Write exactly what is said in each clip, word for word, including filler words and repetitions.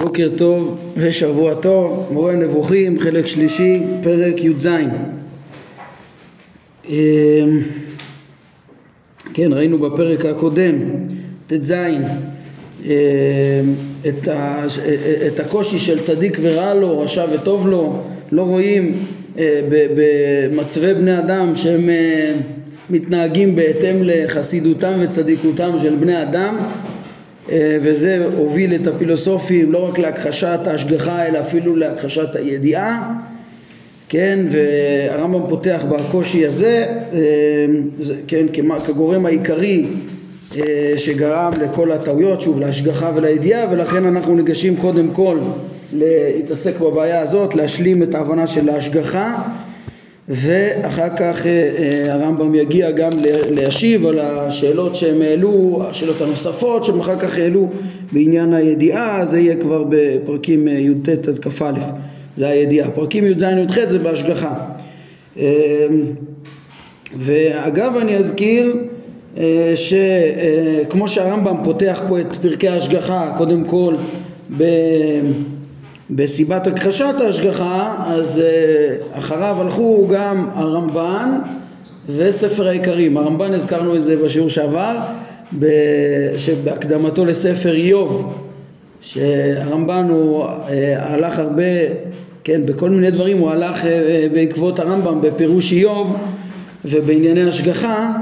בוקר טוב ושבוע טוב, מורה נבוכים, חלק שלישי, פרק י"ז. כן, ראינו בפרק הקודם, ט"ז, את, ה, את הקושי של צדיק ורע לו, רשע וטוב לו. לא רואים במצבי בני אדם שהם מתנהגים בהתאם לחסידותם וצדיקותם של בני אדם, וזה הוביל את הפילוסופים לא רק להכחשת ההשגחה אלא אפילו להכחשת הידיעה. כן, והרמב"ם פותח בקושי הזה, כן, כגורם העיקרי שגרם לכל הטעויות, שוב, להשגחה ולידיעה, ולכן אנחנו ניגשים קודם כל להתעסק בבעיה הזאת, להשלים את ההבנה של ההשגחה, ואחר כך הרמב"ם יגיע גם להשיב על השאלות שהם העלו, השאלות הנוספות שהם אחר כך העלו בעניין הידיעה. זה יהיה כבר בפרקים י"ט עד כ"א, זה הידיעה. פרקים י"ז י"ח זה בהשגחה. ואגב אני אזכיר שכמו שהרמב"ם פותח פה את פרקי ההשגחה קודם כל ב... בסיבת הכחשת ההשגחה, אז אחריו הלכו גם הרמב"ן וספר העיקרים. הרמב"ן הזכרנו את זה בשיעור שעבר, שבהקדמתו לספר איוב, שהרמב"ן הוא הלך הרבה, כן, בכל מיני דברים הוא הלך בעקבות הרמב"ם בפירוש איוב ובענייני השגחה.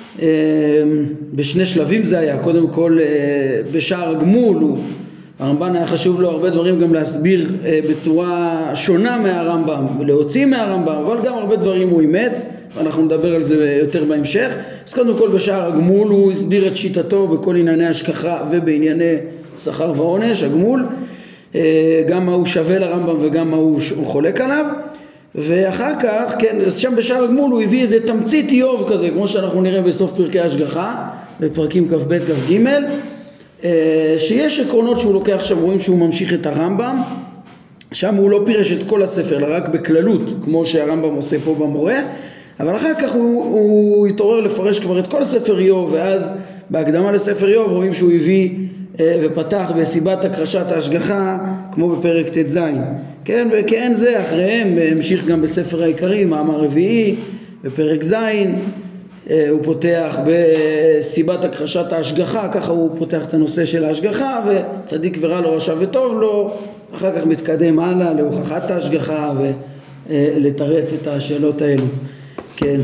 בשני שלבים זה היה. קודם כל בשער הגמול הוא הרמב"ן היה חשוב לו הרבה דברים גם להסביר בצורה שונה מהרמב"ם ולהוציא מהרמב"ם, אבל גם הרבה דברים הוא אימץ, ואנחנו נדבר על זה יותר בהמשך. אז קודם כל בשער הגמול הוא הסביר את שיטתו בכל ענייני השגחה ובענייני שכר ועונש, הגמול, גם מה הוא שווה לרמב"ם וגם מה הוא חולק עליו. ואחר כך, כן, שם בשער הגמול הוא הביא איזה תמצית איוב כזה, כמו שאנחנו נראה בסוף פרקי השגחה, בפרקים כ"ב כ"ג, שיש עקרונות שהוא לוקח שם, רואים שהוא ממשיך את הרמב"ם, שם הוא לא פירש את כל הספר, אלא רק בכללות, כמו שהרמב"ם עושה פה במורה, אבל אחר כך הוא, הוא התעורר לפרש כבר את כל ספר איוב, ואז בהקדמה לספר איוב רואים שהוא הביא ופתח בסיבת הכחשת ההשגחה, כמו בפרק ט"ז. כן, וכן זה, אחריהם המשיך גם בספר העיקרים, מאמר רביעי, בפרק ז', הוא פותח בסיבת הכחשת ההשגחה, ככה הוא פותח את הנושא של ההשגחה, וצדיק ורע לו, רשע וטוב לו, אחר כך מתקדם הלאה להוכחת ההשגחה ולתרץ את השאלות האלו. כן,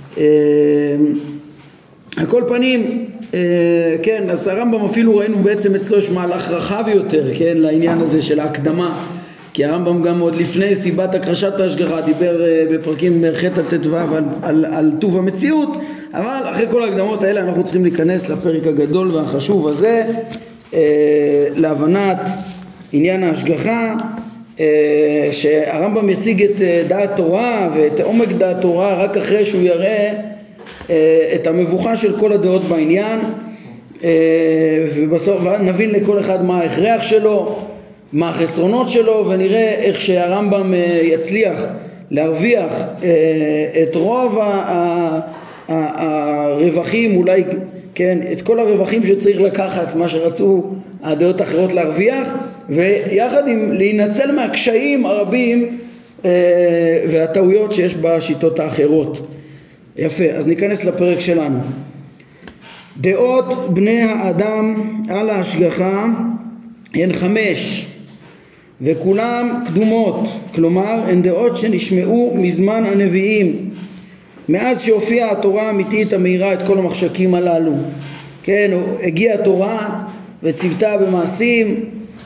על כל פנים, כן, אז הרמב"ם אפילו ראינו בעצם אצלו יש מהלך רחב יותר, כן, לעניין הזה של ההקדמה, כי הרמב"ם גם עוד לפני סיבת הכחשת ההשגחה דיבר בפרקים ח' עד ט"ו על, על, על טוב המציאות, אבל אחרי כל ההקדמות האלה אנחנו צריכים להיכנס לפרק הגדול והחשוב הזה, אה, להבנת עניין ההשגחה, אה, שהרמב"ם יציג את דעת תורה ואת עומק דעת תורה רק אחרי שהוא יראה אה, את המבוכה של כל הדעות בעניין, אה, ובסוף נבין לכל אחד מה ההכרח שלו, מה החסרונות שלו, ונראה איך שהרמב"ם יצליח להרוויח את רוב הרווחים, אולי, כן, את כל הרווחים שצריך לקחת, מה שרצו הדעות האחרות להרוויח, ויחד עם להינצל מהקשיים הרבים והטעויות שיש בשיטות האחרות. יפה, אז ניכנס לפרק שלנו. דעות בני האדם על ההשגחה הן חמש, וכולם קדומות, כלומר הן דעות שנשמעו מזמן הנביאים, מאז שהופיעה התורה האמיתית המאירה את כל המחשכים הללו. כן, הגיעה התורה וציוותה במעשים,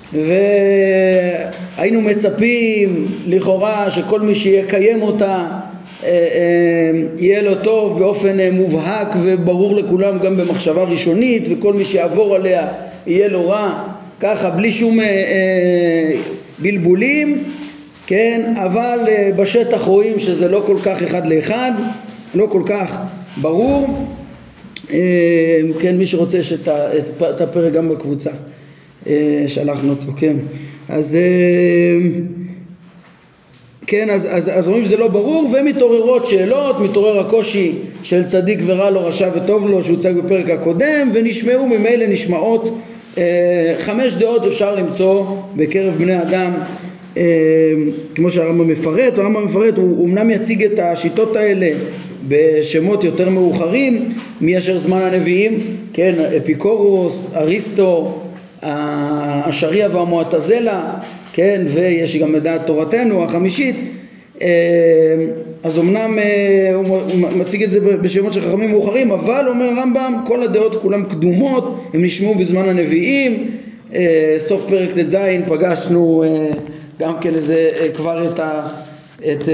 והיינו מצפים לכאורה שכל מי שיקיים אותה יהיה לו טוב באופן מובהק וברור לכולם גם במחשבה ראשונית, וכל מי שיעבור עליה יהיה לו רע, ככה בלי שום אה, אה, בלבולים, כן, אבל אה, בשטח רואים שזה לא כל כך אחד לאחד, לא כל כך ברור. אה, כן, מי שרוצה את הפרק גם בקבוצה אה, שלחנו אותו, כן. אז אה, כן, אז, אז, אז רואים שזה לא ברור, ומתעוררות שאלות, מתעורר הקושי של צדיק ורע לו, רשע וטוב לו, שהוצג בפרק הקודם, ונשמעו ממילא נשמעות חמש דעות אפשר למצוא בקרב בני אדם, כמו שהרמב"ם מפרט. הרמב"ם מפרט, הוא אמנם יציג את השיטות האלה בשמות יותר מאוחרים מאשר זמן הנביאים, כן, אפיקורוס, אריסטו, השריעה והמועטזלה, כן, ויש גם לדעת תורתנו החמישית. אז אמנם הוא מציג את זה בשמות של חכמים מאוחרים, אבל אומר הרמב"ם כל הדעות כולם קדומות, הם נשמעו בזמן הנביאים. סוף פרק ט"ז פגשנו גם כן איזה כבר את, ה, את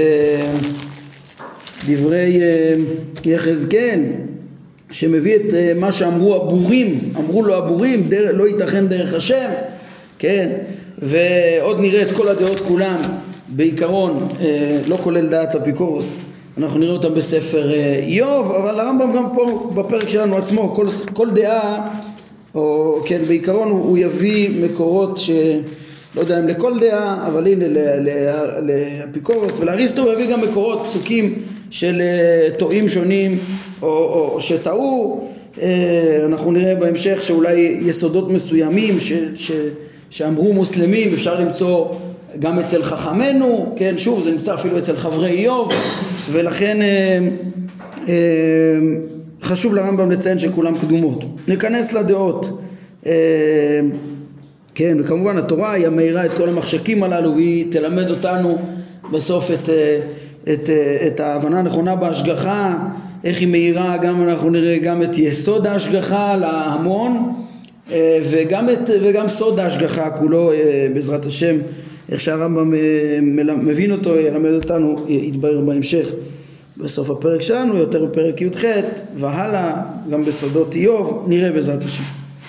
דברי יחזקאל שמביא את מה שאמרו הבורים, אמרו לו הבורים, דר, לא ייתכן דרך השם, כן, ועוד נראה את כל הדעות כולם בעיקרון, לא כולל דעת אפיקורוס, אנחנו נראה אותם בספר איוב, אבל הרמב"ם גם פה בפרק שלנו עצמו, כל, כל דעה, או כן, בעיקרון הוא, הוא יביא מקורות ש... לא יודע אם לכל דעה, אבל הנה לאפיקורוס ולאריסטו הוא יביא גם מקורות, פסוקים של טועים שונים או, או שטעו. אנחנו נראה בהמשך שאולי יסודות מסוימים ש, ש, שאמרו מוסלמים אפשר למצוא גם אצל חכמנו, כן, שוב זה נמצא אפילו אצל חברי איוב, ולכן חשוב לרמב"ם לציין שכולם קדומות. ניכנס לדעות. כן, וכמובן התורה היא המאירה את כל המחשקים הללו, והיא תלמד אותנו בסוף את, את, את ההבנה הנכונה בהשגחה, איך היא מאירה, גם אנחנו נראה גם את יסוד ההשגחה להמון, וגם, את, וגם סוד ההשגחה כולו בעזרת השם, איך שהרמב"ם מבין אותו, ילמד אותנו, יתברר בהמשך בסוף הפרק שלנו, יותר בפרק י"ח והלאה, גם בסודות איוב, נראה בעזרת השם.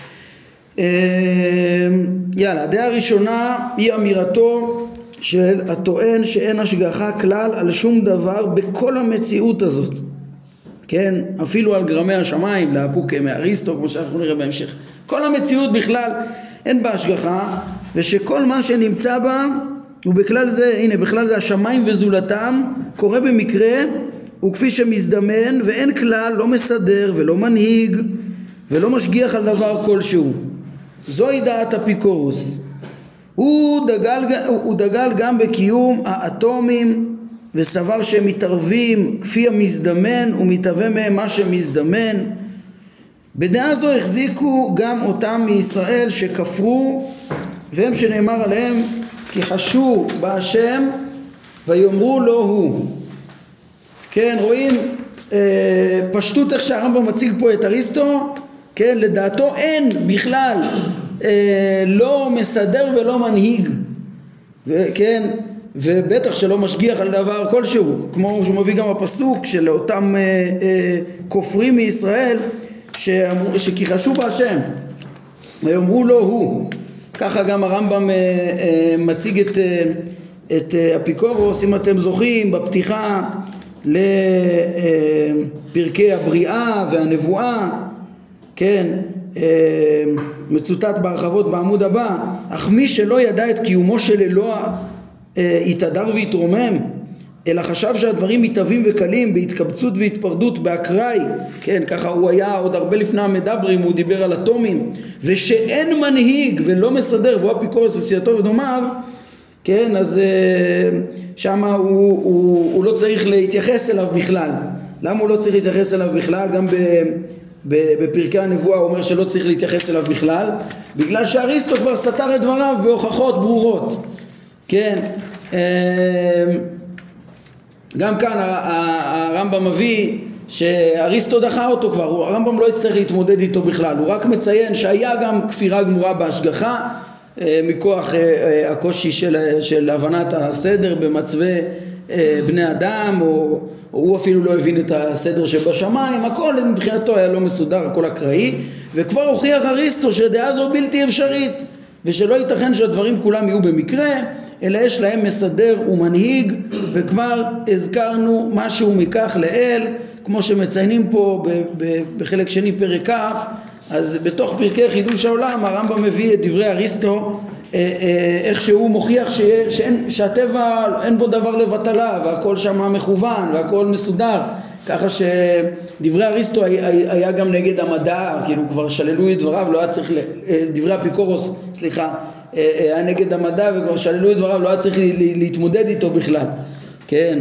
יאללה, הדעה הראשונה היא אמירתו של הטוען שאין השגחה כלל על שום דבר בכל המציאות הזאת, כן, אפילו על גרמי השמיים, לאפוק מאריסטו, כמו שאנחנו נראה בהמשך, כל המציאות בכלל אין בה השגחה, ושכל מה שנמצא בה ובכלל זה, הנה בכלל זה השמיים וזולתם, קורה במקרה וכפי שמזדמן, ואין כלל לא מסדר ולא מנהיג ולא משגיח על דבר כלשהו. זוהי דעת אפיקורוס. הוא דגל, הוא דגל גם בקיום האטומים וסבר שהם מתערבים כפי המזדמן ומתהווה מהם מה שמזדמן. בדעה זו החזיקו גם אותם מישראל שכפרו, והם שנאמר עליהם כי חשו בהשם ויאמרו לו הוא. כן, רואים אה, פשטות איך שהרמב"ם מציג פה את אריסטו, כן, לדעתו אין בכלל אה, לא מסדר ולא מנהיג, כן, ובטח שלא משגיח על דבר כלשהו, כמו שהוא מביא גם הפסוק של אותם אה, אה, כופרים מישראל שאמרו, שכיחשו בהשם ויאמרו לו הוא. ככה גם הרמב"ם אה, אה, מציג את, אה, את אה, אפיקורוס, אם אתם זוכרים, בפתיחה לפרקי הבריאה והנבואה, כן, מצוטט בהרחבות בעמוד הבא, אך מי שלא ידע את קיומו של אלוה יתהדר ויתרומם, אלא חשב שהדברים מתהווים וקלים בהתקבצות והתפרדות באקראי, כן, ככה הוא היה עוד הרבה לפני המדברים, הוא דיבר על אטומים, ושאין מנהיג ולא מסדר, והוא אפיקורוס וסייעתו ודומיו, כן, אז שם הוא, הוא, הוא לא צריך להתייחס אליו בכלל. למה הוא לא צריך להתייחס אליו בכלל? גם בפרקי הנבואה הוא אומר שלא צריך להתייחס אליו בכלל, בגלל שאריסטו כבר סתר את דבריו בהוכחות ברורות. כן, גם כאן הרמב"ם מביא שאריסטו דחה אותו כבר, הרמב"ם לא יצטרך להתמודד איתו בכלל, הוא רק מציין שהיה גם כפירה גמורה בהשגחה, מכוח הקושי של, של הבנת הסדר במצווה בני אדם, או, או הוא אפילו לא הבין את הסדר שבשמיים, הכל מבחינתו היה לא מסודר, הכל אקראי, וכבר הוכיח אריסטו שדעה זו בלתי אפשרית, ושלא ייתכן שהדברים כולם יהיו במקרה, אלא יש להם מסדר ומנהיג, וכבר הזכרנו משהו מכך לאל, כמו שמציינים פה ב, ב, בחלק שני פרק כ', אז בתוך פרקי חידוש העולם הרמב"ם מביא את דברי אריסטו, איך שהוא מוכיח שאין, שהטבע אין בו דבר לבטלה, והכל שם מכוון והכל מסודר, ככה שדברי אריסטו היה, היה גם נגד המדע, כאילו כבר שללו את דבריו, לא היה צריך, דברי אפיקורוס, סליחה, היה נגד המדע וכבר שללו את דבריו, לא היה צריך להתמודד איתו בכלל, כן.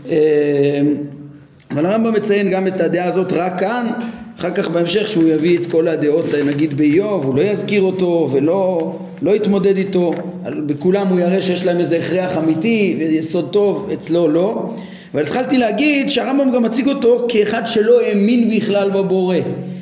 אבל הרמב"ם מציין גם את הדעה הזאת רק כאן, אחר כך בהמשך שהוא יביא את כל הדעות, נגיד באיוב, הוא לא יזכיר אותו ולא לא יתמודד איתו, בכולם הוא יראה שיש להם איזה הכרח אמיתי ויסוד טוב, אצלו לא. אבל התחלתי להגיד שהרמב"ם גם מציג אותו כאחד שלא האמין בכלל בבורא.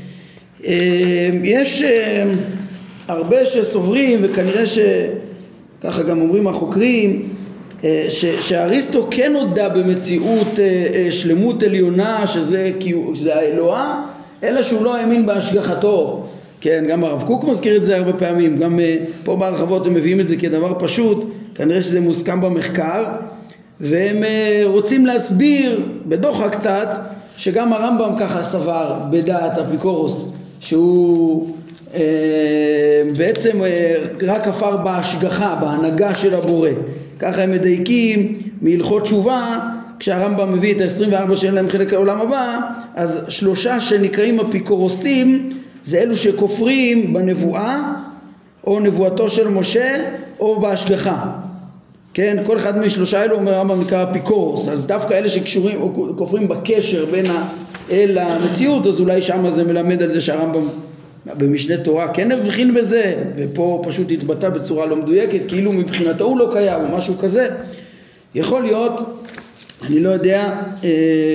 יש הרבה שסוברים, וכנראה שככה גם אומרים החוקרים, שאריסטו כן הודע במציאות שלמות עליונה, שזה, שזה האלוהה, אלא שהוא לא האמין בהשגחתו. כן, גם הרב קוק מזכיר את זה הרבה פעמים, גם פה בהרחבות הם מביאים את זה כדבר פשוט, כנראה שזה מוסכם במחקר, והם רוצים להסביר בדוחה קצת, שגם הרמב"ם ככה סבר בדעת אפיקורוס, שהוא אה, בעצם אה, רק כפר בהשגחה, בהנהגה של הבורא. ככה הם מדייקים מהלכות תשובה, כשהרמב"ם מביא את ה-עשרים וארבע שאין להם חלק לעולם הבא, אז שלושה שנקראים אפיקורוסים, זה אלו שכופרים בנבואה, או נבואתו של משה, או בהשגחה. כן, כל אחד משלושה אלו אומר הרמב"ם נקרא אפיקורוס, אז דווקא אלה שקשורים או כופרים בקשר בין האל למציאות, אז אולי שם זה מלמד על זה שהרמב"ם במשנה תורה כן הבחין בזה, ופה פשוט התבטא בצורה לא מדויקת, כאילו מבחינתו הוא לא קיים או משהו כזה. יכול להיות, אני לא יודע, אה,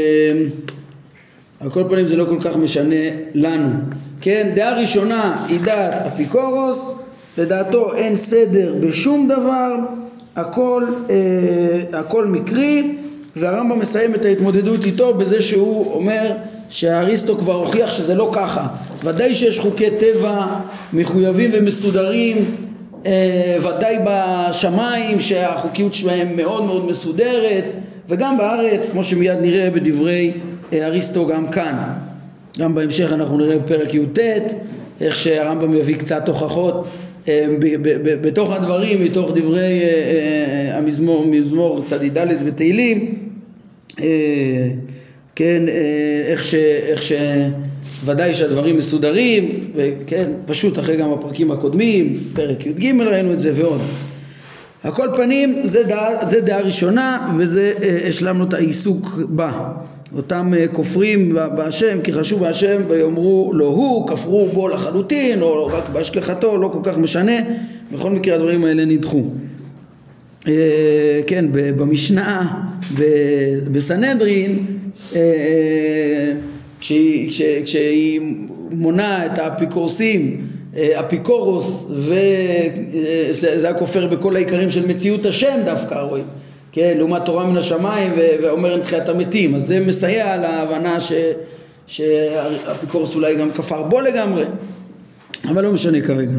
על כל פנים זה לא כל כך משנה לנו. כן, דעה ראשונה היא דעת אפיקורוס, לדעתו אין סדר בשום דבר, הכל, אה, הכל מקרי, והרמב"ם מסיים את ההתמודדות איתו בזה שהוא אומר שהאריסטו כבר הוכיח שזה לא ככה. ודאי שיש חוקי טבע מחויבים ומסודרים, אה, ודאי בשמיים שהחוקיות שלהם מאוד מאוד מסודרת, וגם בארץ, כמו שמיד נראה בדברי אה, אריסטו גם כאן. גם בהמשך אנחנו נראה בפרק י"ט, איך שהרמב"ם מביא קצת הוכחות בתוך הדברים, מתוך דברי המזמור, מזמור צדיק ד' בתהילים, כן, איך ש, איך שוודאי שהדברים מסודרים, וכן, פשוט אחרי גם הפרקים הקודמים, פרק י"ג ראינו את זה ועוד. הכל פנים, זה דעה, זה דעה ראשונה, וזה השלמנו את העיסוק בה. אותם כופרים בהשם, כי חשוב בהשם, ויאמרו לא הוא, כפרו בו לחלוטין, או רק בהשגחתו, לא כל כך משנה. בכל מקרה הדברים האלה נדחו. כן, במשנה, בסנהדרין, כשהיא, כשהיא מונה את האפיקורסים, אפיקורוס, וזה הכופר בכל העיקרים של מציאות השם דווקא, רואים. כן, לעומת תורה מן השמיים ואומר אין תחיית המתים, אז זה מסייע להבנה ש, שהאפיקורוס אולי גם כפר בו לגמרי, אבל לא משנה כרגע.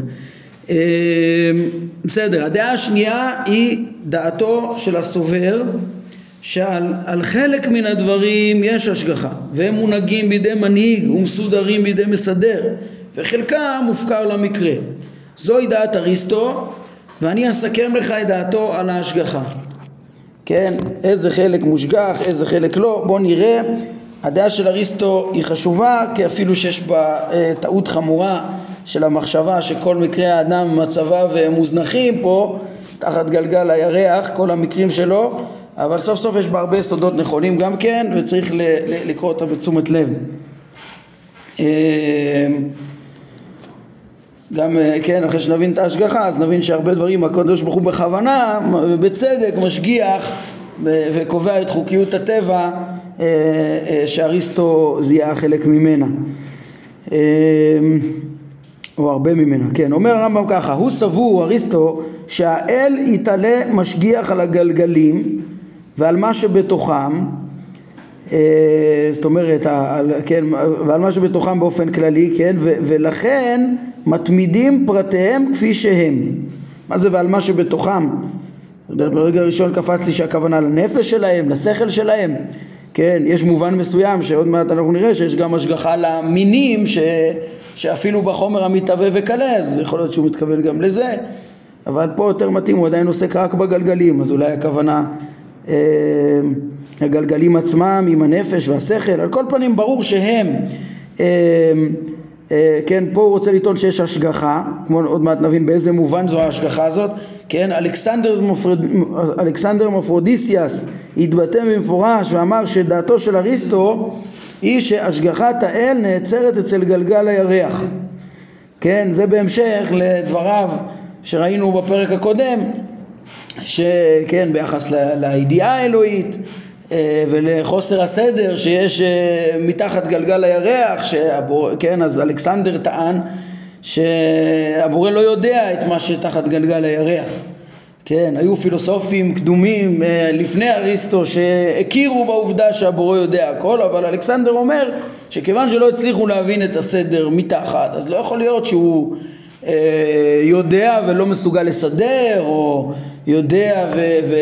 בסדר, הדעה השנייה היא דעתו של הסובר, שעל על חלק מן הדברים יש השגחה, והם מונהגים בידי מנהיג ומסודרים בידי מסדר, וחלקם מופקר למקרה. זוהי דעת אריסטו, ואני אסכם לך את דעתו על ההשגחה. כן, איזה חלק מושגח, איזה חלק לא, בוא נראה. הדעה של אריסטו היא חשובה, כי אפילו שיש בה אה, טעות חמורה של המחשבה שכל מקרי האדם מצביו מוזנחים פה, תחת גלגל הירח, כל המקרים שלו, אבל סוף סוף יש בה הרבה יסודות נכונים גם כן, וצריך ל- ל- לקרוא אותה בתשומת לב. אה, גם כן, אחרי שנבין את ההשגחה, אז נבין שהרבה דברים הקדוש ברוך הוא בכוונה, בצדק, משגיח וקובע את חוקיות הטבע שאריסטו זיהה חלק ממנה, או הרבה ממנה. כן, אומר הרמב"ם ככה, הוא סבור, אריסטו, שהאל יתעלה משגיח על הגלגלים ועל מה שבתוכם, זאת אומרת, כן, ועל מה שבתוכם באופן כללי, כן, ו- ולכן מתמידים פרטיהם כפי שהם. מה זה ועל מה שבתוכם? ברגע הראשון קפצתי שהכוונה לנפש שלהם, לשכל שלהם, כן, יש מובן מסוים שעוד מעט אנחנו נראה שיש גם השגחה למינים ש- שאפילו בחומר המתהווה וקלה, אז יכול להיות שהוא מתכוון גם לזה, אבל פה יותר מתאים, הוא עדיין עוסק רק בגלגלים, אז אולי הכוונה אה, הגלגלים עצמם עם הנפש והשכל. על כל פנים ברור שהם, אה, אה, כן, פה הוא רוצה לטעון שיש השגחה, כמו עוד מעט נבין באיזה מובן זו ההשגחה הזאת, כן, אלכסנדר, מפרד, אלכסנדר מפרודיסיאס התבטא במפורש ואמר שדעתו של אריסטו היא שהשגחת האל נעצרת אצל גלגל הירח. כן, זה בהמשך לדבריו שראינו בפרק הקודם, שכן, ביחס לידיעה האלוהית ולחוסר הסדר שיש מתחת גלגל הירח, שהבור, כן, אז אלכסנדר טען שהבורא לא יודע את מה שתחת גלגל הירח. כן, היו פילוסופים קדומים לפני אריסטו שהכירו בעובדה שהבורא יודע הכל, אבל אלכסנדר אומר שכיוון שלא הצליחו להבין את הסדר מתחת, אז לא יכול להיות שהוא אה, יודע ולא מסוגל לסדר, או יודע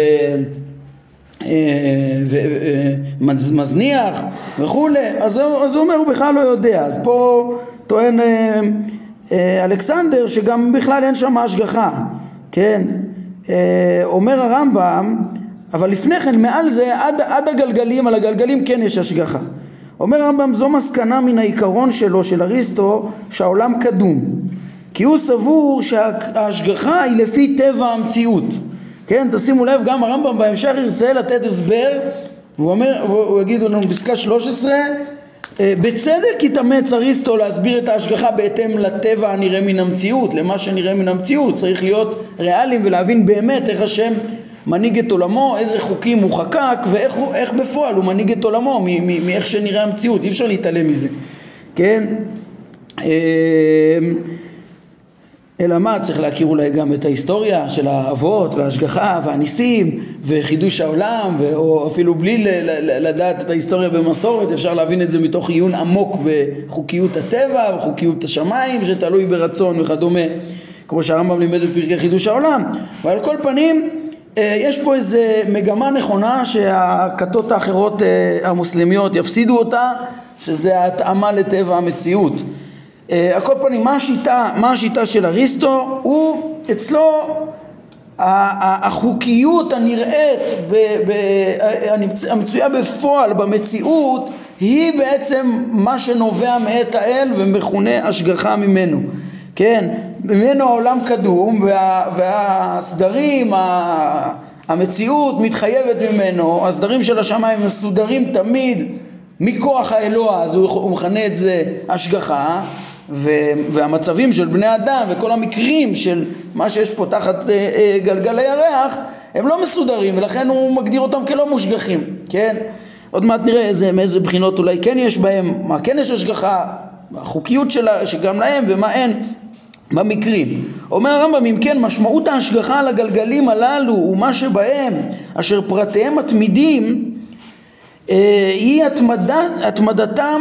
ומזניח וכו'. אז, אז הוא אומר הוא בכלל לא יודע. אז פה טוען אה, אה, אלכסנדר שגם בכלל אין שם השגחה. כן, אומר הרמב"ם, אבל לפני כן מעל זה עד, עד הגלגלים, על הגלגלים כן יש השגחה. אומר הרמב"ם, זו מסקנה מן העיקרון שלו, של אריסטו, שהעולם קדום, כי הוא סבור שההשגחה היא לפי טבע המציאות. כן, תשימו לב, גם הרמב"ם בהמשך ירצה לתת הסבר, והוא אומר, הוא יגיד לנו בפסקה שלוש עשרה, בצדק יתאמץ אריסטו להסביר את ההשגחה בהתאם לטבע הנראה מן המציאות, למה שנראה מן המציאות. צריך להיות ריאליים ולהבין באמת איך השם מנהיג את עולמו, איזה חוקים הוא חקק ואיך הוא, איך בפועל הוא מנהיג את עולמו מאיך שנראה המציאות. אי אפשר להתעלם מזה, כן? אלא מה? צריך להכיר אולי גם את ההיסטוריה של האבות וההשגחה והניסים וחידוש העולם, או אפילו בלי לדעת את ההיסטוריה במסורת אפשר להבין את זה מתוך עיון עמוק בחוקיות הטבע וחוקיות השמיים שתלוי ברצון וכדומה, כמו שהרמב"ם לימד בפרקי חידוש העולם. ועל כל פנים יש פה איזה מגמה נכונה שהכתות האחרות המוסלמיות יפסידו אותה, שזה ההתאמה לטבע המציאות. על כל פנים, מה השיטה, מה השיטה של אריסטו? הוא, אצלו החוקיות הנראית, המצויה בפועל במציאות, היא בעצם מה שנובע מאת האל ומכונה השגחה ממנו. כן, ממנו העולם קדום, וה, והסדרים, המציאות מתחייבת ממנו, הסדרים של השמיים מסודרים תמיד מכוח האלוה, אז הוא מכנה את זה השגחה. והמצבים של בני אדם וכל המקרים של מה שיש פה תחת גלגל הירח הם לא מסודרים, ולכן הוא מגדיר אותם כלא מושגחים. כן, עוד מעט נראה איזה, מאיזה בחינות אולי כן יש בהם, מה כן יש השגחה, החוקיות שלה שגם להם ומה אין במקרים. אומר הרמב"ם, אם כן, משמעות ההשגחה על הגלגלים הללו ומה שבהם אשר פרטיהם מתמידים היא התמדת, התמדתם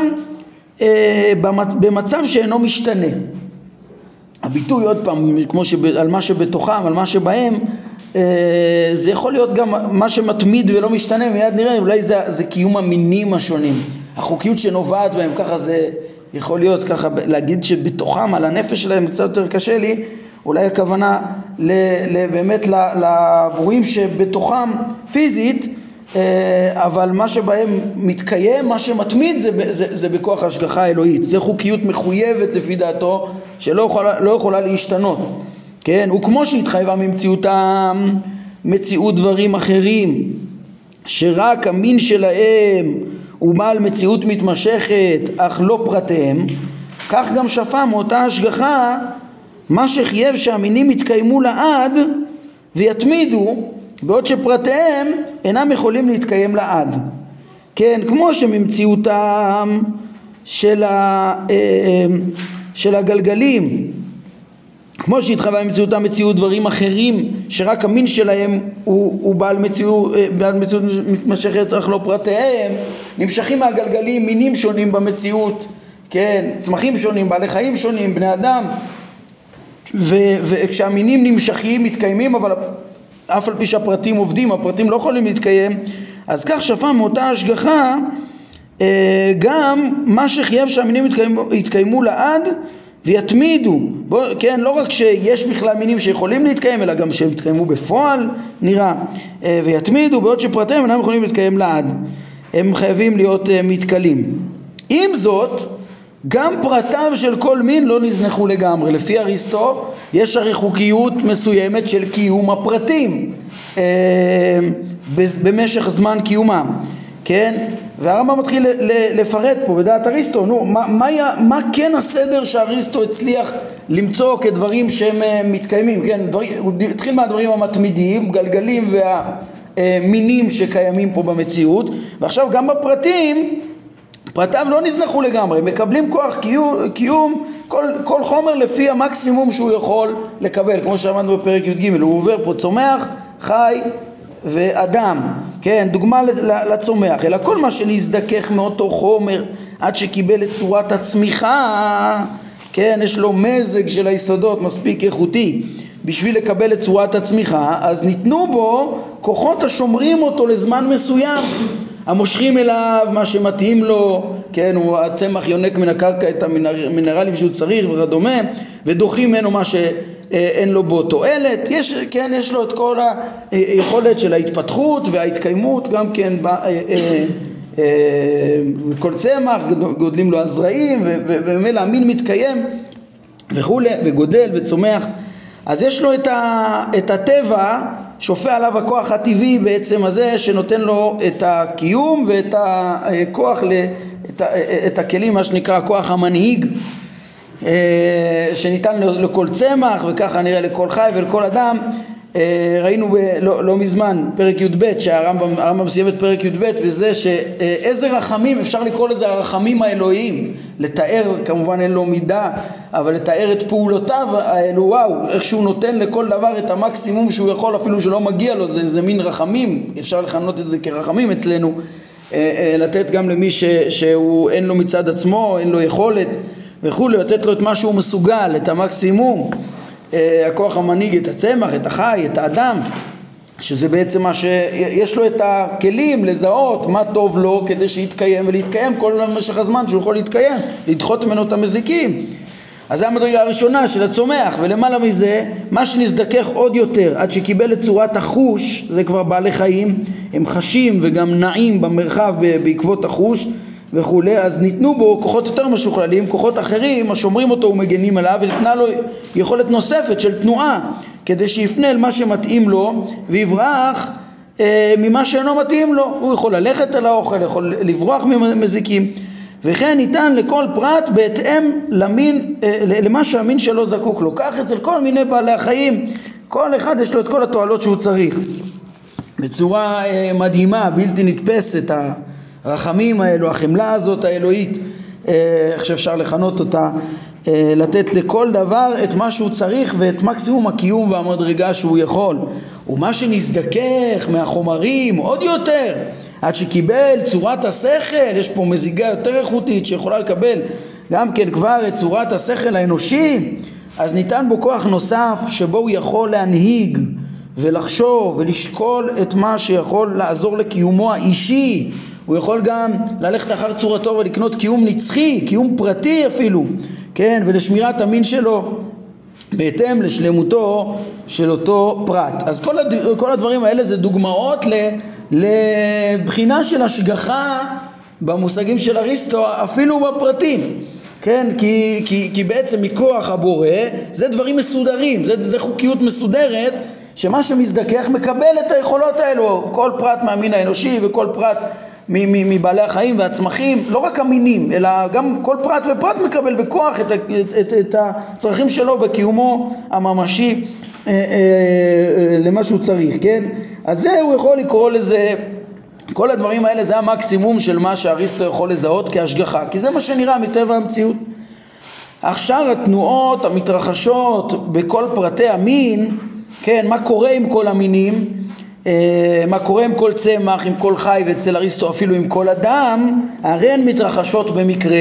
במצב שאינו משתנה. הביטוי עוד פעם, כמו שעל מה שבתוכם, על מה שבהם, זה יכול להיות גם מה שמתמיד ולא משתנה. מיד נראה, אולי זה, זה קיום המינים השונים, החוקיות שנובעת בהם. ככה זה יכול להיות, ככה להגיד שבתוכם, על הנפש שלהם קצת יותר קשה לי. אולי הכוונה באמת לברואים שבתוכם פיזית, אבל מה שבהם מתקיים, מה שמתמיד זה, זה, זה בכוח השגחה האלוהית. זה חוקיות מחויבת לפי דעתו שלא יכולה, לא יכולה להשתנות. כן, וכמו שהתחייבה ממציאותם מציאות דברים אחרים שרק המין שלהם הוא בעל מציאות מתמשכת אך לא פרטיהם, כך גם שפע מאותה השגחה מה שחייב שהמינים יתקיימו לעד ויתמידו, בעוד שפרטיהם אינם יכולים להתקיים לעד. כן, כמו שממציאותם של, ה, של הגלגלים, כמו שהתחווה ממציאותם מציאות דברים אחרים שרק המין שלהם הוא, הוא בעל מציאות, בעל מציאות מתמשכת אך לא פרטיהם, נמשכים מהגלגלים מינים שונים במציאות, כן, צמחים שונים, בעלי חיים שונים, בני אדם, ו- וכשהמינים נמשכים מתקיימים, אבל אף על פי שהפרטים עובדים, הפרטים לא יכולים להתקיים. אז כך שפע מאותה השגחה גם מה שחייב שהמינים יתקיימו, יתקיימו לעד ויתמידו, בוא, כן, לא רק שיש בכלל מינים שיכולים להתקיים, אלא גם שהם יתקיימו בפועל, נראה, ויתמידו, בעוד שפרטיהם אינם יכולים להתקיים לעד, הם חייבים להיות מתקלים. עם זאת, גם פרטיו של כל מין לא נזנחו לגמרי. לפי אריסטו יש הרי חוקיות מסוימת של קיום הפרטים במשך זמן קיומם, כן? והרמב"ם מתחיל לפרט פה בדעת אריסטו, נו, מה, מה, מה כן הסדר שאריסטו הצליח למצוא כדברים שהם מתקיימים, כן? דבר, הוא התחיל מהדברים המתמידים, גלגלים והמינים שקיימים פה במציאות, ועכשיו גם בפרטים, פרטיו לא נזנחו לגמרי, מקבלים כוח קיום, קיום כל, כל חומר לפי המקסימום שהוא יכול לקבל, כמו שאמרנו בפרק י"ג, הוא עובר פה צומח, חי ואדם, כן, דוגמה לצומח, אלא כל מה שנזדכך מאותו חומר עד שקיבל את צורת הצמיחה, כן, יש לו מזג של היסודות מספיק איכותי בשביל לקבל את צורת הצמיחה, אז ניתנו בו כוחות השומרים אותו לזמן מסוים, המושכים אליו מה שמתאים לו, כן, הוא הצמח יונק מן הקרקע את המינרלים שהוא צריך וכדומה, ודוחים ממנו מה שאין לו בו תועלת. יש, כן, יש לו את כל היכולת של ההתפתחות וההתקיימות, גם כן בכל צמח גודלים לו הזרעים, ובאמת המין מתקיים וכו', וגודל וצומח. אז יש לו את, ה, את הטבע, שופע עליו הכוח הטבעי בעצם הזה שנותן לו את הקיום ואת הכוח, את, את הכלים, מה שנקרא הכוח המנהיג, שניתן לכל צמח וככה נראה לכל חי ולכל אדם. ראינו ב, לא, לא מזמן פרק י"ב שהרמב"ם הרמב"ם סיים את פרק י"ב, וזה שאיזה רחמים, אפשר לקרוא לזה הרחמים האלוהיים, לתאר, כמובן אין לו מידה, אבל לתאר את פעולותיו האלו, וואו, איך שהוא נותן לכל דבר את המקסימום שהוא יכול, אפילו שלא מגיע לו, זה, זה מין רחמים, אפשר לכנות את זה כרחמים אצלנו, לתת גם למי ש, שהוא אין לו מצד עצמו, אין לו יכולת וכו', לתת לו את מה שהוא מסוגל, את המקסימום, הכוח המנהיג, את הצמח, את החי, את האדם, שזה בעצם מה שיש לו את הכלים לזהות מה טוב לו כדי שיתקיים ולהתקיים כל משך הזמן שהוא יכול להתקיים, לדחות ממנו את המזיקים. אז זה המדרגה הראשונה של הצומח, ולמעלה מזה מה שנזדכך עוד יותר עד שקיבל את צורת החוש, זה כבר בעלי חיים, הם חשים וגם נעים במרחב בעקבות החוש וכו', אז ניתנו בו כוחות יותר משוכללים, כוחות אחרים השומרים אותו ומגנים עליו, וניתנה לו יכולת נוספת של תנועה כדי שיפנה אל מה שמתאים לו ויברח אה, ממה שאינו מתאים לו. הוא יכול ללכת על האוכל, יכול לברוח ממזיקים, וכן ניתן לכל פרט בהתאם למין, אה, למה שהמין שלו זקוק לו. כך אצל כל מיני בעלי החיים, כל אחד יש לו את כל התועלות שהוא צריך בצורה אה, מדהימה, בלתי נתפסת. הרחמים האלו, החמלה הזאת האלוהית, איך שאפשר לכנות אותה, לתת לכל דבר את מה שהוא צריך ואת מקסימום הקיום והמדרגה שהוא יכול. ומה שנזדכך מהחומרים עוד יותר, עד שקיבל צורת השכל, יש פה מזיגה יותר איכותית שיכולה לקבל גם כן כבר את צורת השכל האנושי, אז ניתן בו כוח נוסף שבו הוא יכול להנהיג ולחשוב ולשקול את מה שיכול לעזור לקיומו האישי. הוא יכול גם ללכת אחר צורתו ולקנות קיום נצחי, קיום פרטי אפילו, כן, ולשמירת המין שלו בהתאם לשלמותו של אותו פרט. אז כל, הד... כל הדברים האלה זה דוגמאות לבחינה של השגחה במושגים של אריסטו, אפילו בפרטים, כן, כי, כי, כי בעצם מכוח הבורא זה דברים מסודרים, זה, זה חוקיות מסודרת, שמה שמזדכך מקבל את היכולות האלו, כל פרט מהמין האנושי וכל פרט מבעלי החיים והצמחים, לא רק המינים, אלא גם כל פרט ופרט מקבל בכוח את, את, את, את הצרכים שלו בקיומו הממשי אה, אה, למה שהוא צריך, כן? אז זה הוא יכול לקרוא לזה, כל הדברים האלה זה המקסימום של מה שאריסטו יכול לזהות כהשגחה, כי זה מה שנראה מטבע המציאות. עכשיו התנועות המתרחשות בכל פרטי המין, כן, מה קורה עם כל המינים, מה קורה עם כל צמח, עם כל חי, ואצל אריסטו אפילו עם כל אדם, הרי הן מתרחשות במקרה.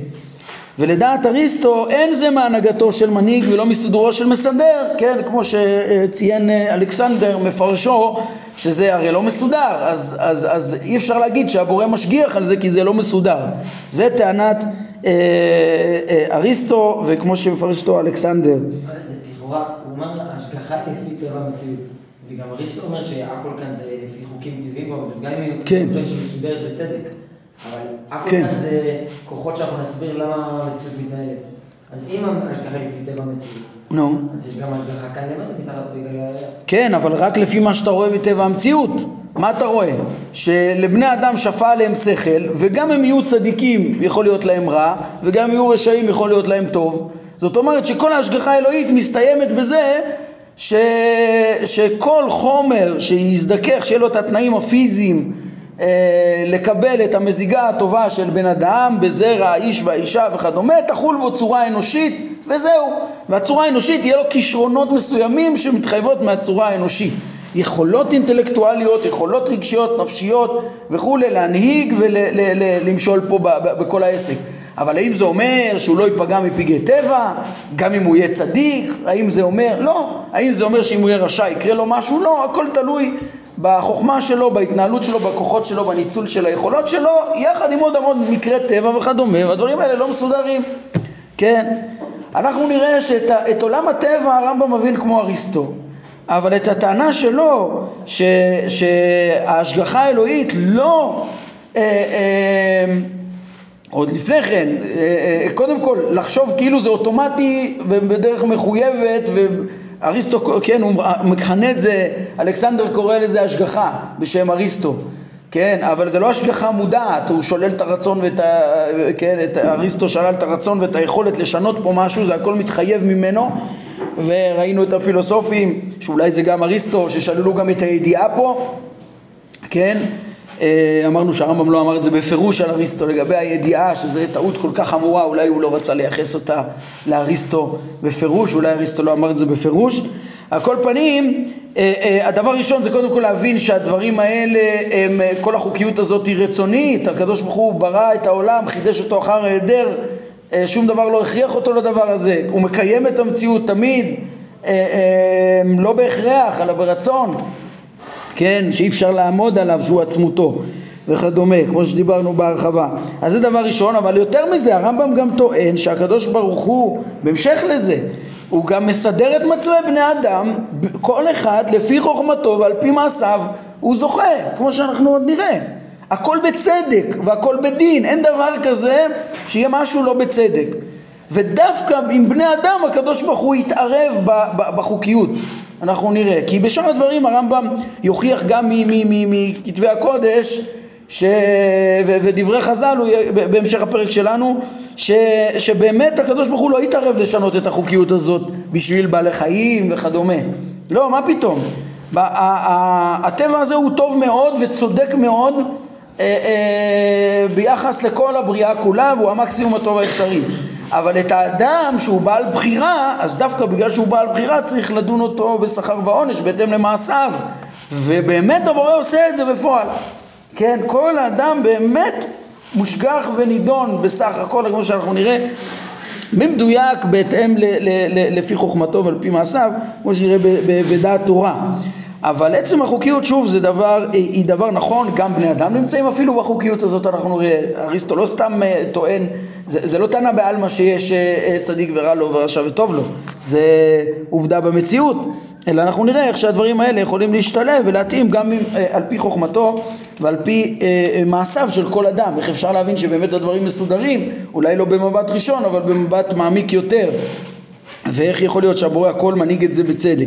ולדעת אריסטו אין זה מהנהגתו של מנהיג ולא מסודרו של מסדר, כן, כמו שציין אלכסנדר מפרשו, שזה הרי לא מסודר, אז, אז, אז אי אפשר להגיד שהבורא משגיח על זה כי זה לא מסודר. זה טענת אריסטו, וכמו שמפרש אותו אלכסנדר. לכאורה, הוא אומר השגחה לפי טבע המציאות, וגם אריסטו אומר שהכל כאן זה לפי חוקים טבעיים, גם אם היא מסודרת בצדק, אבל הכל כאן זה כוחות שאנחנו נסביר למה המציאות מתנהלת. אז אם השגחה לפי טבע המציאות, נו. אז יש גם השגחה כאן למטה מתחת בגלל הירח. כן, אבל רק לפי מה שאתה רואה בטבע המציאות. מה אתה רואה? שלבני אדם שפע עליהם שכל, וגם הם יהיו צדיקים יכול להיות להם רע, וגם הם יהיו רשעים יכול להיות להם טוב. זאת אומרת שכל ההשגחה האלוהית מסתיימת בזה ש... שכל חומר שיזדכך, שיהיה לו את התנאים הפיזיים אה, לקבל את המזיגה הטובה של בן אדם בזרע האיש והאישה וכדומה, תחול בו צורה אנושית וזהו. והצורה האנושית יהיה לו כישרונות מסוימים שמתחייבות מהצורה האנושית. יכולות אינטלקטואליות, יכולות רגשיות, נפשיות וכו', להנהיג ולמשול פה בכל העסק. אבל האם זה אומר שהוא לא ייפגע מפגעי טבע, גם אם הוא יהיה צדיק? האם זה אומר? לא. האם זה אומר שאם הוא יהיה רשע יקרה לו משהו? לא. הכל תלוי בחוכמה שלו, בהתנהלות שלו, בכוחות שלו, בניצול של היכולות שלו, יחד עם עוד המון מקרי טבע וכדומה, והדברים האלה לא מסודרים. כן. אנחנו נראה שאת עולם הטבע הרמב"ם מבין כמו אריסטו. אבל את הטענה שלו ש, שההשגחה האלוהית לא אה, אה, עוד לפני כן אה, אה, קודם כל לחשוב כאילו זה אוטומטי ובדרך מחויבת, ואריסטו כן הוא מכנה את זה, אלכסנדר קורא לזה השגחה בשם אריסטו, כן, אבל זה לא השגחה מודעת, הוא שולל את הרצון ואת ה, כן, את אריסטו שלל את הרצון ואת היכולת לשנות פה משהו, זה הכל מתחייב ממנו. וראינו את הפילוסופים, שאולי זה גם אריסטו, ששללו גם את הידיעה פה, כן? אמרנו שהרמב"ם לא אמר את זה בפירוש על אריסטו לגבי הידיעה, שזה טעות כל כך חמורה, אולי הוא לא רצה לייחס אותה לאריסטו בפירוש, אולי אריסטו לא אמר את זה בפירוש. על כל פנים, הדבר הראשון זה קודם כל להבין שהדברים האלה, הם, כל החוקיות הזאת היא רצונית, הקדוש ברוך הוא ברא את העולם, חידש אותו אחר ההיעדר, שום דבר לא הכריח אותו לדבר הזה, הוא מקיים את המציאות תמיד, לא בהכרח, אלא ברצון, כן, שאי אפשר לעמוד עליו שהוא עצמותו וכדומה, כמו שדיברנו בהרחבה. אז זה דבר ראשון, אבל יותר מזה, הרמב"ם גם טוען שהקדוש ברוך הוא, בהמשך לזה, הוא גם מסדר את מצבי בני אדם, כל אחד לפי חוכמתו ועל פי מעשיו הוא זוכה, כמו שאנחנו עוד נראה. הכל בצדק והכל בדין, אין דבר כזה שיהיה משהו לא בצדק. ודווקא עם בני אדם הקדוש ברוך הוא יתערב בחוקיות, אנחנו נראה. כי בשאר הדברים הרמב"ם יוכיח גם מכתבי הקודש ש... ודברי חז"ל בהמשך הפרק שלנו, ש... שבאמת הקדוש ברוך הוא לא יתערב לשנות את החוקיות הזאת בשביל בעלי חיים וכדומה. לא, מה פתאום? הטבע הזה הוא טוב מאוד וצודק מאוד ביחס לכל הבריאה כולה, והוא המקסימום הטוב האפשרי. אבל את האדם שהוא בעל בחירה, אז דווקא בגלל שהוא בעל בחירה צריך לדון אותו בשכר ועונש בהתאם למעשיו, ובאמת הבורא עושה את זה בפועל. כן, כל האדם באמת מושגח ונידון בסך הכל, כמו שאנחנו נראה, במדויק בהתאם ל- ל- ל- לפי חוכמתו ועל פי מעשיו, כמו שנראה בדעת תורה. אבל עצם החוקיות, שוב, זה דבר, היא דבר נכון, גם בני אדם נמצאים אפילו בחוקיות הזאת. אנחנו נראה, אריסטו לא סתם טוען, זה, זה לא טענה בעלמא שיש צדיק ורע לו ורשע וטוב לו, זה עובדה במציאות, אלא אנחנו נראה איך שהדברים האלה יכולים להשתלב ולהתאים גם על פי חוכמתו ועל פי מעשיו של כל אדם. איך אפשר להבין שבאמת הדברים מסודרים, אולי לא במבט ראשון אבל במבט מעמיק יותר, ואיך יכול להיות שהבורא הכל מנהיג את זה בצדק.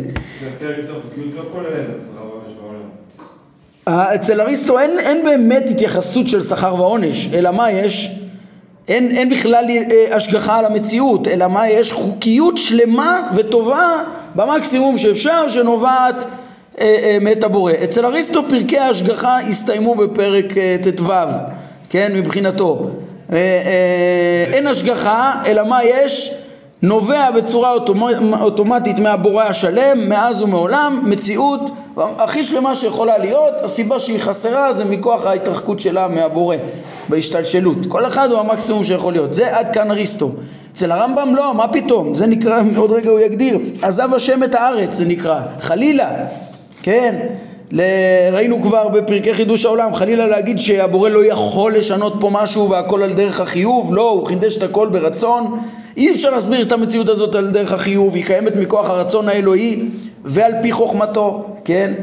אצל אריסטו אין, אין באמת התייחסות של שכר ועונש, אלא מה יש? אין, אין בכלל השגחה על המציאות, אלא מה יש? חוקיות שלמה וטובה במקסימום שאפשר, שנובעת אה, אה, מאת הבורא. אצל אריסטו פרקי ההשגחה הסתיימו בפרק אה, תתו, כן, מבחינתו. אה, אה, אין השגחה, אלא מה יש? נובע בצורה אוטומטית מהבורא השלם, מאז ומעולם, מציאות הכי שלמה שיכולה להיות. הסיבה שהיא חסרה זה מכוח ההתרחקות שלה מהבורא, בהשתלשלות. כל אחד הוא המקסימום שיכול להיות. זה עד כאן אריסטו. אצל הרמב"ם לא, מה פתאום? זה נקרא, עוד רגע הוא יגדיר, עזב השם את הארץ, זה נקרא, חלילה, כן? ראינו כבר בפרקי חידוש העולם, חלילה להגיד שהבורא לא יכול לשנות פה משהו והכל על דרך החיוב, לא, הוא חידש את הכל ברצון. אי אפשר להסביר את המציאות הזאת על דרך החיוב, היא קיימת מכוח הרצון האלוהי ועל פי חוכמתו, כן?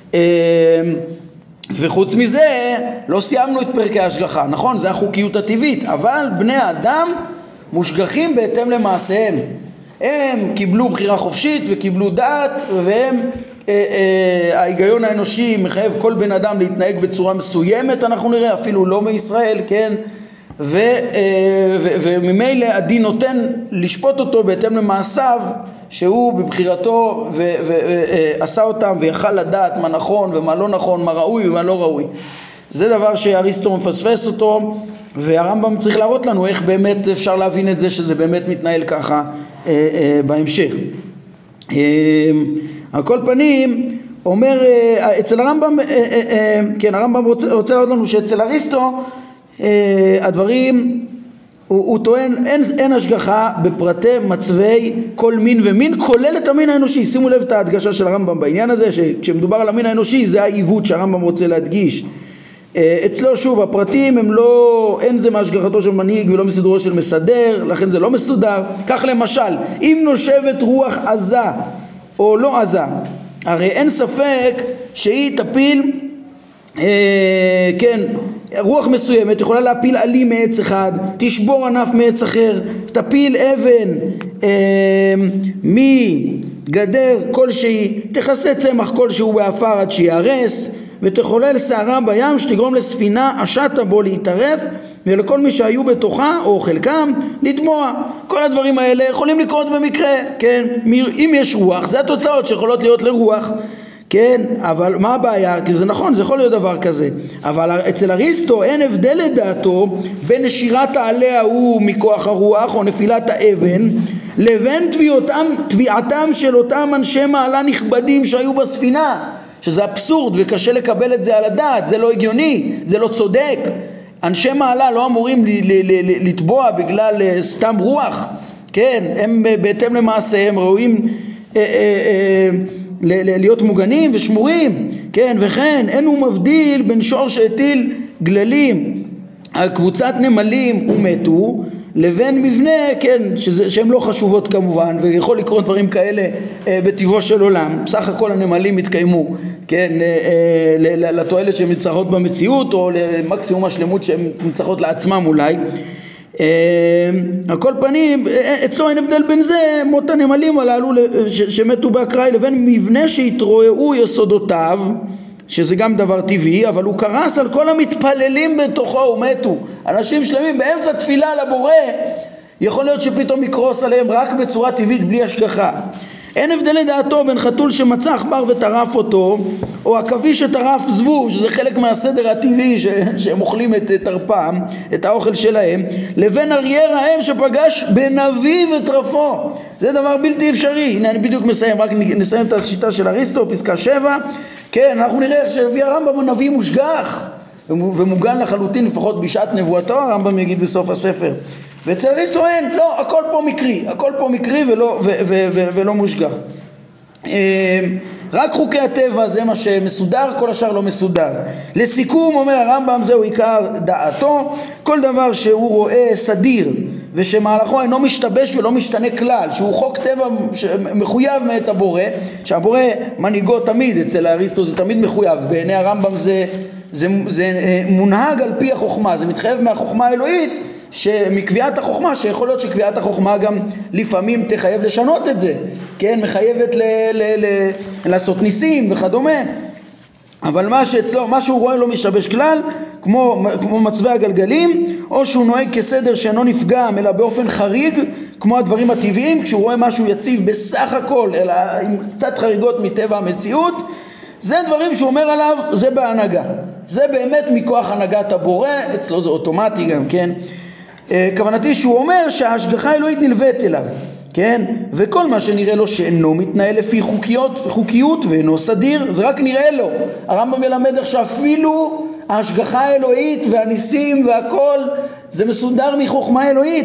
וחוץ מזה לא סיימנו את פרקי ההשגחה, נכון? זה החוקיות הטבעית, אבל בני האדם מושגחים בהתאם למעשיהם. הם קיבלו בחירה חופשית וקיבלו דעת, והם אה, אה, ההיגיון האנושי מחייב כל בן אדם להתנהג בצורה מסוימת, אנחנו נראה, אפילו לא מישראל, כן? ו, אה, ו, וממילא הדין נותן לשפוט אותו בהתאם למעשיו שהוא בבחירתו ועשה אותם ויכל לדעת מה נכון ומה לא נכון, מה ראוי ומה לא ראוי. זה דבר שאריסטו מפספס אותו, והרמב"ם צריך להראות לנו איך באמת אפשר להבין את זה, שזה באמת מתנהל ככה אה, אה, בהמשך. אה, על כל פנים, אומר, אה, אצל הרמב"ם, אה, אה, אה, כן, הרמב"ם רוצה, רוצה להראות לנו שאצל אריסטו, אה, הדברים, הוא, הוא טוען, אין, אין השגחה בפרטי מצווי כל מין ומין, כולל את המין האנושי. שימו לב את ההדגשה של הרמב"ם בעניין הזה, שכשמדובר על המין האנושי, זה העיוות שהרמב"ם רוצה להדגיש. אצלו שוב הפרטים הם לא, אין זה מהשגחתו של מנהיג ולא מסדרו של מסדר, לכן זה לא מסודר. כך למשל, אם נושבת רוח עזה או לא עזה, הרי אין ספק שהיא תפיל, אה, כן, רוח מסוימת יכולה להפיל עלי מעץ אחד, תשבור ענף מעץ אחר, תפיל אבן אה, מגדר כלשהי, תכסה צמח כלשהו באפר עד שיערס, ותחולל שערה בים שתגרום לספינה השטה בו להתערף, ולכל מי שהיו בתוכה או חלקם לטמוע. כל הדברים האלה יכולים לקרות במקרה, כן? אם יש רוח, זה התוצאות שיכולות להיות לרוח, כן? אבל מה הבעיה? כי זה נכון, זה יכול להיות דבר כזה, אבל אצל אריסטו אין הבדל לדעתו בין נשירת העלה ההוא מכוח הרוח או נפילת האבן לבין תביעתם, תביעתם של אותם אנשי מעלה נכבדים שהיו בספינה, שזה אבסורד וקשה לקבל את זה על הדעת, זה לא הגיוני, זה לא צודק. אנשי מעלה לא אמורים לטבוע בגלל סתם רוח, כן? הם בהתאם למעשיהם ראויים אה, אה, אה, להיות מוגנים ושמורים, כן? וכן אין הוא מבדיל בין שור שהטיל גללים על קבוצת נמלים ומתו לבין מבנה, כן, שזה, שהן לא חשובות כמובן, ויכול לקרות דברים כאלה אה, בטבעו של עולם. בסך הכל הנמלים התקיימו, כן, אה, אה, לתועלת שהן נצטרכות במציאות, או למקסימום השלמות שהן נצטרכות לעצמם אולי. אה, על כל פנים, אצלו אין הבדל בין זה, מות הנמלים הללו ש, שמתו באקראי, לבין מבנה שהתרועעו יסודותיו, שזה גם דבר טבעי, אבל הוא קרס על כל המתפללים בתוכו ומתו. אנשים שלמים באמצע תפילה לבורא, יכול להיות שפתאום יקרוס עליהם רק בצורה טבעית בלי השגחה. אין הבדל לדעתו בין חתול שמצא עכבר וטרף אותו, או עכביש שטרף זבוב, שזה חלק מהסדר הטבעי ש... שהם אוכלים את טרפם, את האוכל שלהם, לבין אריה רעב שפגש בנביא וטרפו. זה דבר בלתי אפשרי. הנה אני בדיוק מסיים, רק נסיים את השיטה של אריסטו, פסקה שבע. כן, אנחנו נראה איך שלפי הרמב"ם הנביא מושגח ומוגן לחלוטין, לפחות בשעת נבואתו, הרמב"ם יגיד בסוף הספר. ואצל אריסטו אין, לא, הכל פה מקרי, הכל פה מקרי ולא, ו, ו, ו, ולא מושגח. רק חוקי הטבע זה מה שמסודר, כל השאר לא מסודר. לסיכום אומר הרמב"ם, זהו עיקר דעתו, כל דבר שהוא רואה סדיר ושמהלכו אינו משתבש ולא משתנה כלל, שהוא חוק טבע מחויב מאת הבורא, שהבורא מנהיגו תמיד, אצל אריסטו זה תמיד מחויב, בעיני הרמב"ם זה, זה, זה מונהג על פי החוכמה, זה מתחייב מהחוכמה האלוהית, שמקביעת החוכמה, שיכול להיות שקביעת החוכמה גם לפעמים תחייב לשנות את זה, כן, מחייבת ל, ל, ל, לעשות ניסים וכדומה, אבל מה שאצלו, מה שהוא רואה לא משתבש כלל, כמו, כמו מצבי הגלגלים, או שהוא נוהג כסדר שאינו נפגם אלא באופן חריג, כמו הדברים הטבעיים, כשהוא רואה משהו יציב בסך הכל, אלא עם קצת חריגות מטבע המציאות, זה דברים שהוא אומר עליו, זה בהנהגה, זה באמת מכוח הנהגת הבורא, אצלו זה אוטומטי גם, כן? כוונתי שהוא אומר שההשגחה האלוהית נלווית אליו, כן? וכל מה שנראה לו שאינו מתנהל לפי חוקיות, חוקיות ואינו סדיר, זה רק נראה לו. הרמב"ם מלמד איך שאפילו ההשגחה האלוהית והניסים והכל זה מסודר מחוכמה אלוהית,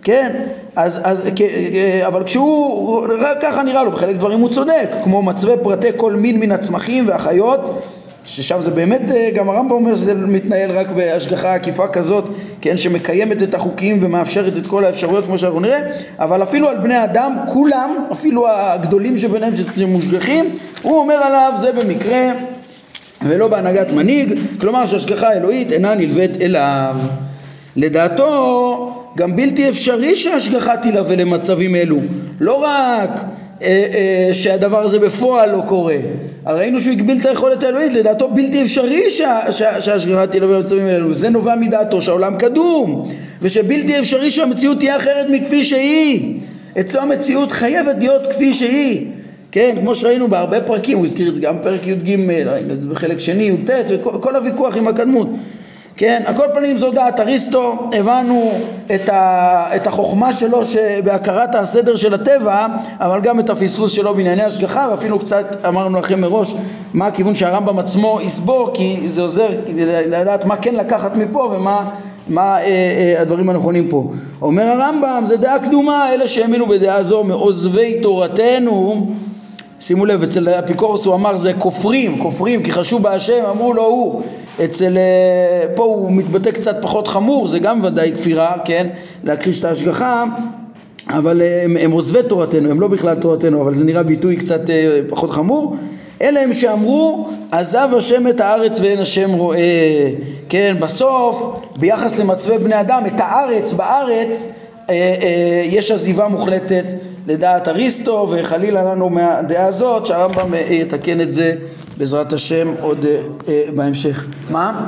כן, אז, אז, אבל כשהוא, ככה נראה לו, בחלק דברים הוא צודק, כמו מצווה פרטי כל מין מן הצמחים והחיות, ששם זה באמת, גם הרמב"ם אומר שזה מתנהל רק בהשגחה עקיפה כזאת, כן, שמקיימת את החוקים ומאפשרת את כל האפשרויות כמו שאנחנו נראה, אבל אפילו על בני אדם, כולם, אפילו הגדולים שביניהם שמושגחים, הוא אומר עליו זה במקרה ולא בהנהגת מנהיג, כלומר שהשגחה אלוהית אינה נלווית אליו. לדעתו גם בלתי אפשרי שההשגחה תלווה למצבים אלו, לא רק אה, אה, שהדבר הזה בפועל לא קורה, ראינו שהוא הגביל את היכולת האלוהית, לדעתו בלתי אפשרי שה, שה, שההשגחה תלווה למצבים אלו, זה נובע מדעתו שהעולם קדום, ושבלתי אפשרי שהמציאות תהיה אחרת מכפי שהיא, אצלו המציאות חייבת להיות כפי שהיא, כן, כמו שראינו בהרבה פרקים, הוא הזכיר את זה גם פרק י' ג', בחלק שני, י' ט', וכל הוויכוח עם הקדמות. כן, הכל פנים זו דעת אריסטו, הבנו את, ה, את החוכמה שלו בהכרת הסדר של הטבע, אבל גם את הפספוס שלו בענייני השגחה, ואפילו קצת אמרנו לכם מראש מה הכיוון שהרמב"ם עצמו יסבור, כי זה עוזר לדעת מה כן לקחת מפה ומה מה, אה, אה, הדברים הנכונים פה. אומר הרמב"ם, זה דעה קדומה, אלה שהאמינו בדעה זו מעוזבי תורתנו, שימו לב, אצל אפיקורוס הוא אמר זה כופרים, כופרים כי חשוב בהשם, אמרו לו הוא, אצל, פה הוא מתבטא קצת פחות חמור, זה גם ודאי כפירה, כן, להכחיש את ההשגחה, אבל הם, הם עוזבי תורתנו, הם לא בכלל תורתנו, אבל זה נראה ביטוי קצת פחות חמור. אלה הם שאמרו, עזב השם את הארץ ואין השם רואה, כן, בסוף, ביחס למצווה בני אדם, את הארץ, בארץ, אה, אה, יש עזיבה מוחלטת לדעת אריסטו, וחלילה לנו מהדעה הזאת, שהרמב"ם יתקן את זה בעזרת השם עוד אה, אה, בהמשך. מה?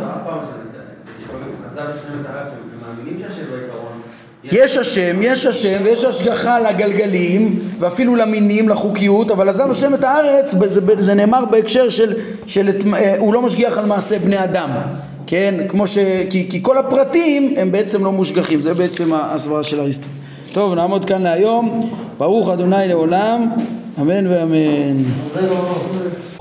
יש השם, יש השם ויש השגחה לגלגלים ואפילו למינים, לחוקיות, אבל עזב השם את הארץ, זה, זה נאמר בהקשר של, של אה, הוא לא משגיח על מעשה בני אדם, כן? כמו ש... כי, כי כל הפרטים הם בעצם לא מושגחים, זה בעצם הסברה של אריסטו. טוב, נעמוד כאן להיום. ברוך אדוני לעולם, אמן ואמן.